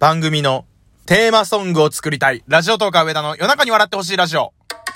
番組のテーマソングを作りたい。ラジオトーカー上田の夜中に笑ってほしいラジオ。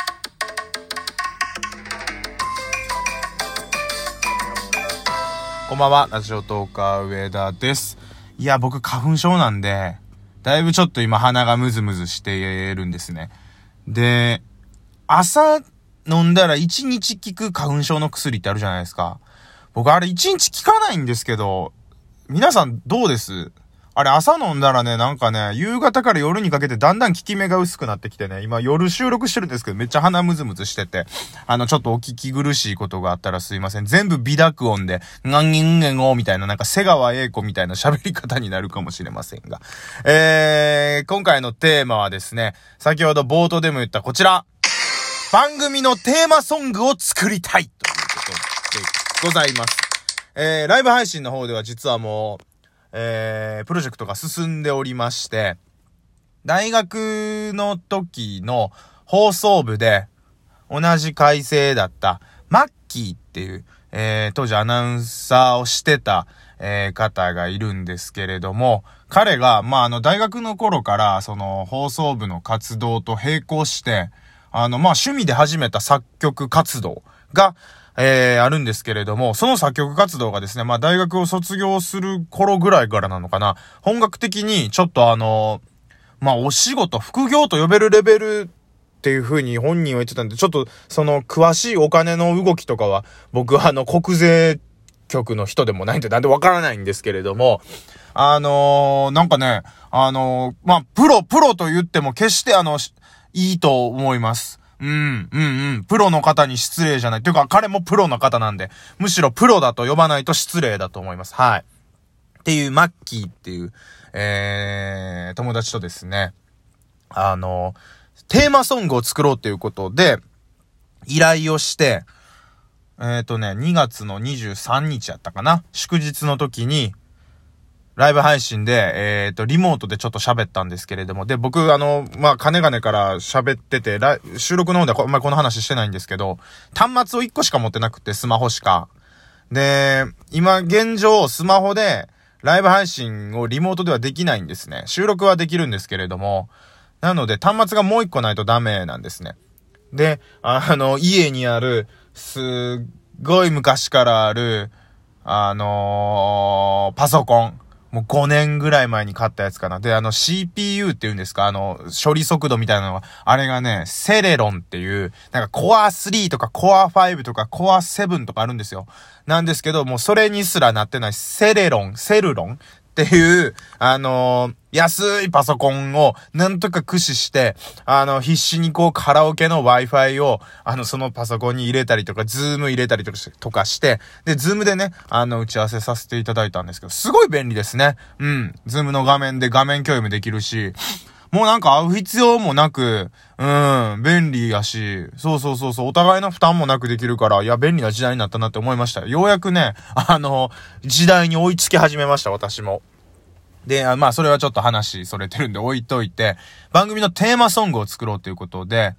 こんばんは、ラジオトーカー上田です。いや、僕花粉症なんで、だいぶちょっと今鼻がムズムズしてるんですね。で、朝飲んだら1日効く花粉症の薬ってあるじゃないですか。僕あれ1日効かないんですけど、皆さんどうです？あれ朝飲んだらね、なんかね、夕方から夜にかけてだんだん効き目が薄くなってきてね、今夜収録してるんですけど、めっちゃ鼻ムズムズしてて、ちょっとお聞き苦しいことがあったらすいません。全部微濁音で、ガンギンゲンゴみたいな、なんか瀬川栄子みたいな喋り方になるかもしれませんが。今回のテーマはですね、先ほど冒頭でも言ったこちら。番組のテーマソングを作りたいということでございます。ライブ配信の方では実はもう、プロジェクトが進んでおりまして、大学の時の放送部で同じ改正だったマッキーっていう、当時アナウンサーをしてた、方がいるんですけれども、彼が、大学の頃からその放送部の活動と並行して、趣味で始めた作曲活動が、あるんですけれども、その作曲活動がですね、大学を卒業する頃ぐらいからなのかな、本格的にちょっとお仕事、副業と呼べるレベルっていう風に本人は言ってたんで、ちょっとその詳しいお金の動きとかは、僕は国税局の人でもないんでなんでわからないんですけれども、なんかね、プロと言っても決していいと思います。プロの方に失礼じゃない。というか、彼もプロの方なんで、むしろプロだと呼ばないと失礼だと思います。はい。っていう、マッキーっていう、友達とですね、テーマソングを作ろうということで、依頼をして、2月の23日やったかな。祝日の時に、ライブ配信で、リモートでちょっと喋ったんですけれども、で、僕、かねがねから喋ってて、収録の方ではこの話してないんですけど、端末を1個しか持ってなくて、スマホしか。で、今現状、スマホで、ライブ配信をリモートではできないんですね。収録はできるんですけれども、なので、端末がもう1個ないとダメなんですね。で、家にある、すっごい昔からある、パソコン。もう5年ぐらい前に買ったやつかな。で、CPU っていうんですか、処理速度みたいなのが、あれがね、セレロンっていう、なんかコア3とかコア5とかコア7とかあるんですよ。なんですけど、もうそれにすらなってないセルロンっていう、安いパソコンをなんとか駆使して、必死にカラオケの Wi-Fi を、そのパソコンに入れたりとか、ズーム入れたりとかして、で、ズームでね、打ち合わせさせていただいたんですけど、すごい便利ですね。ズームの画面で画面共有もできるし、もうなんか会う必要もなく、便利やし、そう、お互いの負担もなくできるから、いや、便利な時代になったなって思いました。ようやくね、時代に追いつき始めました、私も。で、それはちょっと話それてるんで置いといて、番組のテーマソングを作ろうということで、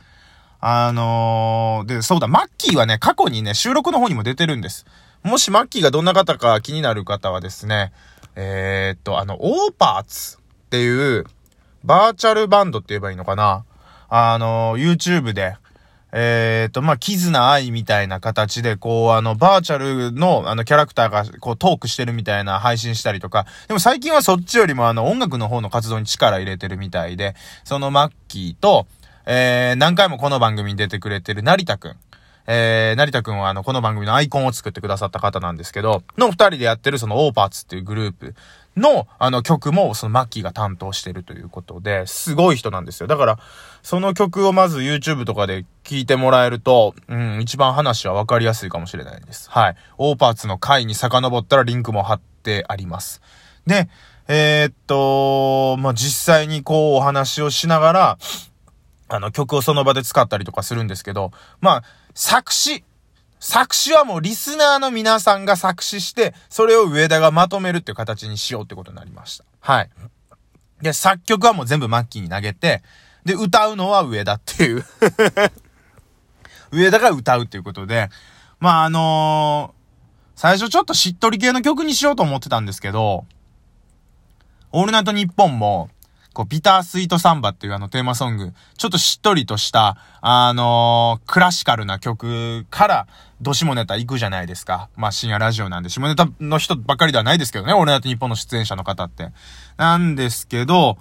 で、そうだ、マッキーはね、過去にね、収録の方にも出てるんです。もしマッキーがどんな方か気になる方はですね、オーパーツっていう、バーチャルバンドって言えばいいのかな？YouTube で、キズナアイみたいな形で、バーチャルの、キャラクターが、トークしてるみたいな配信したりとか、でも最近はそっちよりも音楽の方の活動に力入れてるみたいで、そのマッキーと、何回もこの番組に出てくれてる成田くん。成田くんはこの番組のアイコンを作ってくださった方なんですけど、の二人でやってるそのオーパーツっていうグループの曲もそのマッキーが担当してるということで、すごい人なんですよ。だから、その曲をまず YouTube とかで聴いてもらえると、一番話はわかりやすいかもしれないです。はい。オーパーツの回に遡ったらリンクも貼ってあります。で、実際にお話をしながら、曲をその場で使ったりとかするんですけど、作詞はもうリスナーの皆さんが作詞して、それを上田がまとめるっていう形にしようってことになりました。はい。で、作曲はもう全部マッキーに投げて、で、歌うのは上田っていう。上田が歌うっていうことで、最初ちょっとしっとり系の曲にしようと思ってたんですけど、オールナイトニッポンも、 こう、ビタースイートサンバっていうテーマソング、ちょっとしっとりとした、クラシカルな曲から、ど下ネタ行くじゃないですか。まあ、深夜ラジオなんで、下ネタの人ばっかりではないですけどね、俺だって日本の出演者の方って。なんですけど、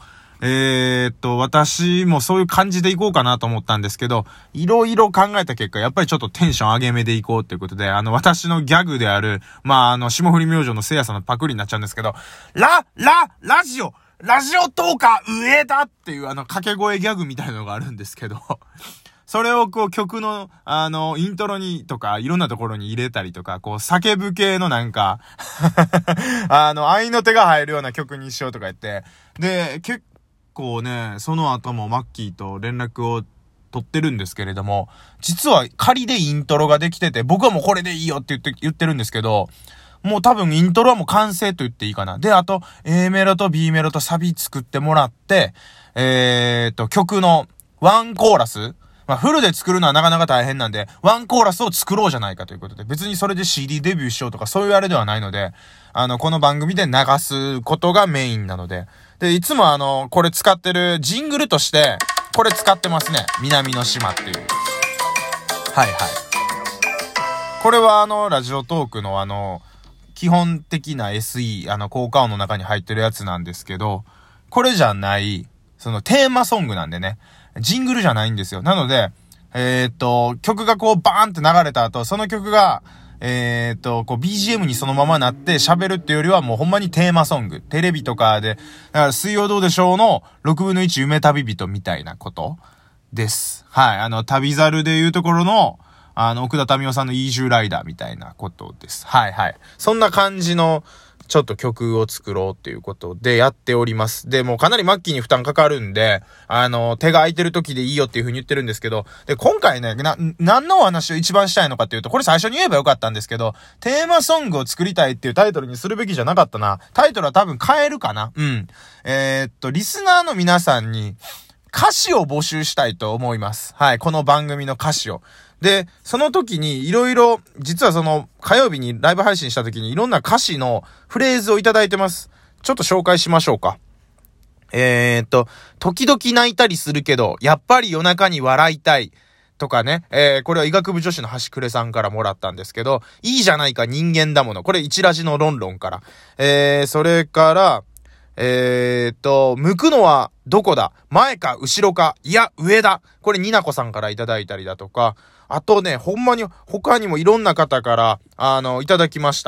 私もそういう感じでいこうかなと思ったんですけど、いろいろ考えた結果、やっぱりちょっとテンション上げ目でいこうっていうことで、私のギャグである、まあ、霜降り明星のせいやさんのパクリになっちゃうんですけど、ラジオトーカー上田っていう掛け声ギャグみたいなのがあるんですけど、それをこう曲の、イントロにとか、いろんなところに入れたりとか、こう叫ぶ系のなんか、愛の手が入るような曲にしようとか言って、で、結構ね、その後もマッキーと連絡を取ってるんですけれども、実は仮でイントロができてて、僕はもうこれでいいよって言ってるんですけど、もう多分イントロはもう完成と言っていいかな。で、あと、A メロと B メロとサビ作ってもらって、曲のワンコーラス、まあ、フルで作るのはなかなか大変なんで、ワンコーラスを作ろうじゃないかということで、別にそれで CD デビューしようとかそういうあれではないので、この番組で流すことがメインなので、で、いつもこれ使ってるジングルとして、これ使ってますね。南の島っていう。はいはい。これはラジオトークの基本的な SE、効果音の中に入ってるやつなんですけど、これじゃない、そのテーマソングなんでね、ジングルじゃないんですよ。なので、曲がこうバーンって流れた後、その曲が、こう BGM にそのままなって喋るっていうよりはもうほんまにテーマソング。テレビとかで、だから水曜どうでしょうの6分の1夢旅人みたいなことです。はい。旅猿でいうところの、奥田民生さんのイージューライダーみたいなことです。はいはい。そんな感じの、ちょっと曲を作ろうっていうことでやっております。で、もうかなりマッキーに負担かかるんで、手が空いてる時でいいよっていう風に言ってるんですけど、で、今回ね、何のお話を一番したいのかっていうと、これ最初に言えばよかったんですけど、テーマソングを作りたいっていうタイトルにするべきじゃなかったな。タイトルは多分変えるかな。うん。リスナーの皆さんに歌詞を募集したいと思います。はい、この番組の歌詞を。で、その時にいろいろ、実はその火曜日にライブ配信した時にいろんな歌詞のフレーズをいただいてます。ちょっと紹介しましょうか。時々泣いたりするけど、やっぱり夜中に笑いたい。とかね、これは医学部女子の端くれさんからもらったんですけど、いいじゃないか人間だもの。これ一ラジのロンロンから。それから、向くのはどこだ？前か後ろか？いや、上だ。これ、になこさんからいただいたりだとか、あとね、ほんまに他にもいろんな方から、いただきました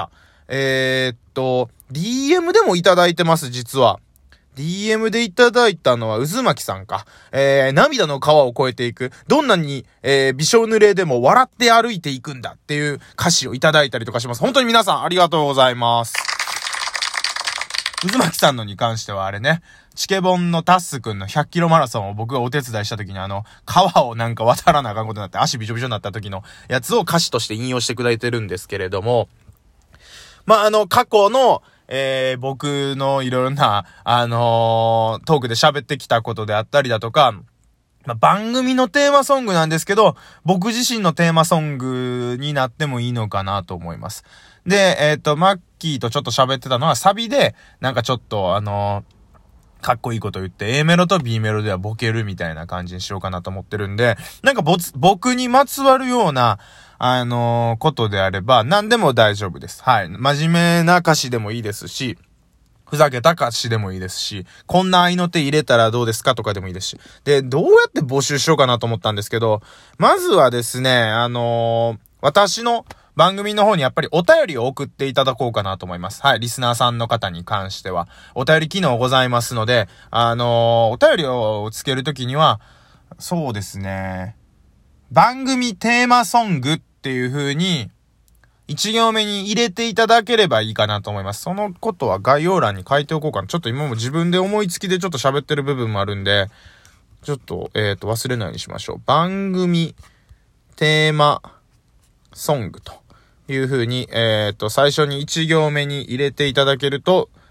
。DM でもいただいてます、実は。DM でいただいたのは渦巻さんか。涙の川を越えていく。どんなに、びしょ濡れでも笑って歩いていくんだっていう歌詞をいただいたりとかします。本当に皆さんありがとうございます。渦巻さんのに関してはあれね、チケボンのタッスくんの100キロマラソンを僕がお手伝いした時に川をなんか渡らなあかんことになって足びしょびしょになった時のやつを歌詞として引用してくれてるんですけれども、まあ、過去の、僕のいろんな、トークで喋ってきたことであったりだとか、まあ、番組のテーマソングなんですけど、僕自身のテーマソングになってもいいのかなと思います。で、マッキーとちょっと喋ってたのはサビで、なんかちょっとかっこいいこと言って A メロと B メロではボケるみたいな感じにしようかなと思ってるんで、なんか僕にまつわるような、ことであれば何でも大丈夫です。はい。真面目な歌詞でもいいですし、ふざけた歌詞でもいいですし、こんな愛の手入れたらどうですかとかでもいいですし。で、どうやって募集しようかなと思ったんですけど、まずはですね、私の番組の方にやっぱりお便りを送っていただこうかなと思います。はい。リスナーさんの方に関しては。お便り機能ございますので、お便りをつけるときには、そうですね、番組テーマソングっていう風に、1行目に入れていただければいいかなと思います。そのことは概要欄に書いておこうかな。ちょっと今も自分で思いつきでちょっと喋ってる部分もあるんで、ちょっと、忘れないようにしましょう。番組テーマソングという風に、最初に1行目に入れていただけると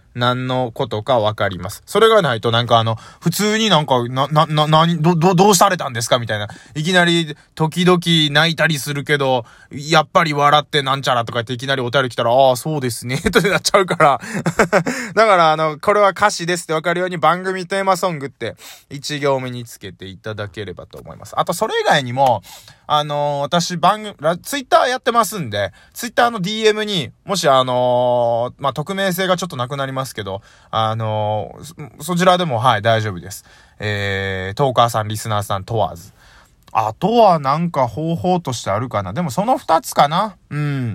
何のことかわかります。それがないと普通にどうされたんですかみたいな。いきなり、時々泣いたりするけど、やっぱり笑ってなんちゃらとかっていきなりお便り来たら、ああ、そうですね、となっちゃうから。だからこれは歌詞ですってわかるように番組テーマソングって1行目につけていただければと思います。あと、それ以外にも、私ツイッターやってますんで、ツイッターの DM に、もし匿名性がちょっとなくなりますけど、そちらでも、はい、大丈夫です。トーカーさん、リスナーさん問わず。あとは方法としてあるかな。でもその2つかな。うん。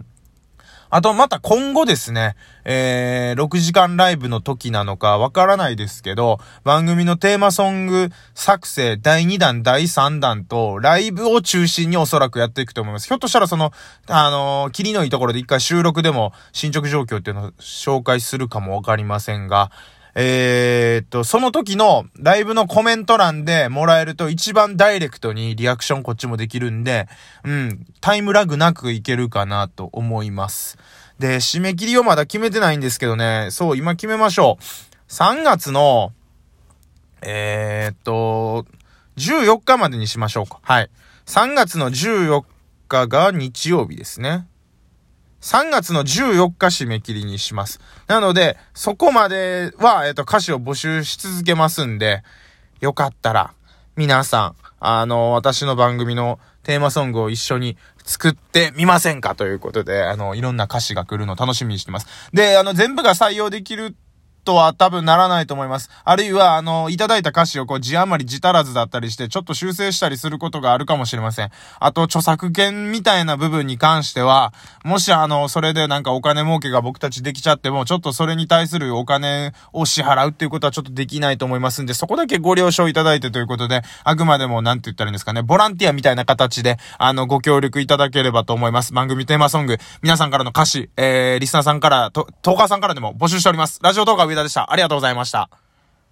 あとまた今後ですね、6時間ライブの時なのかわからないですけど、番組のテーマソング作成第2弾、第3弾とライブを中心におそらくやっていくと思います。ひょっとしたら切りのいいところで一回収録でも進捗状況っていうのを紹介するかもわかりませんが、その時のライブのコメント欄でもらえると一番ダイレクトにリアクションこっちもできるんで、タイムラグなくいけるかなと思います。で、締め切りをまだ決めてないんですけどね、そう、今決めましょう。3月の、14日までにしましょうか。はい。3月の14日が日曜日ですね。3月の14日締め切りにします。なので、そこまでは、歌詞を募集し続けますんで、よかったら、皆さん、私の番組のテーマソングを一緒に作ってみませんかということで、いろんな歌詞が来るのを楽しみにしてます。で、全部が採用できるとは多分ならないと思います。あるいは、いただいた歌詞を字余り字足らずだったりして、ちょっと修正したりすることがあるかもしれません。あと、著作権みたいな部分に関しては、もしそれでお金儲けが僕たちできちゃっても、ちょっとそれに対するお金を支払うっていうことはちょっとできないと思いますんで、そこだけご了承いただいてということで、あくまでもなんて言ったらいいんですかね、ボランティアみたいな形で、ご協力いただければと思います。番組テーマソング、皆さんからの歌詞、リスナーさんから、トーカーさんからでも募集しております。ラジオ動画上田でした。ありがとうございました。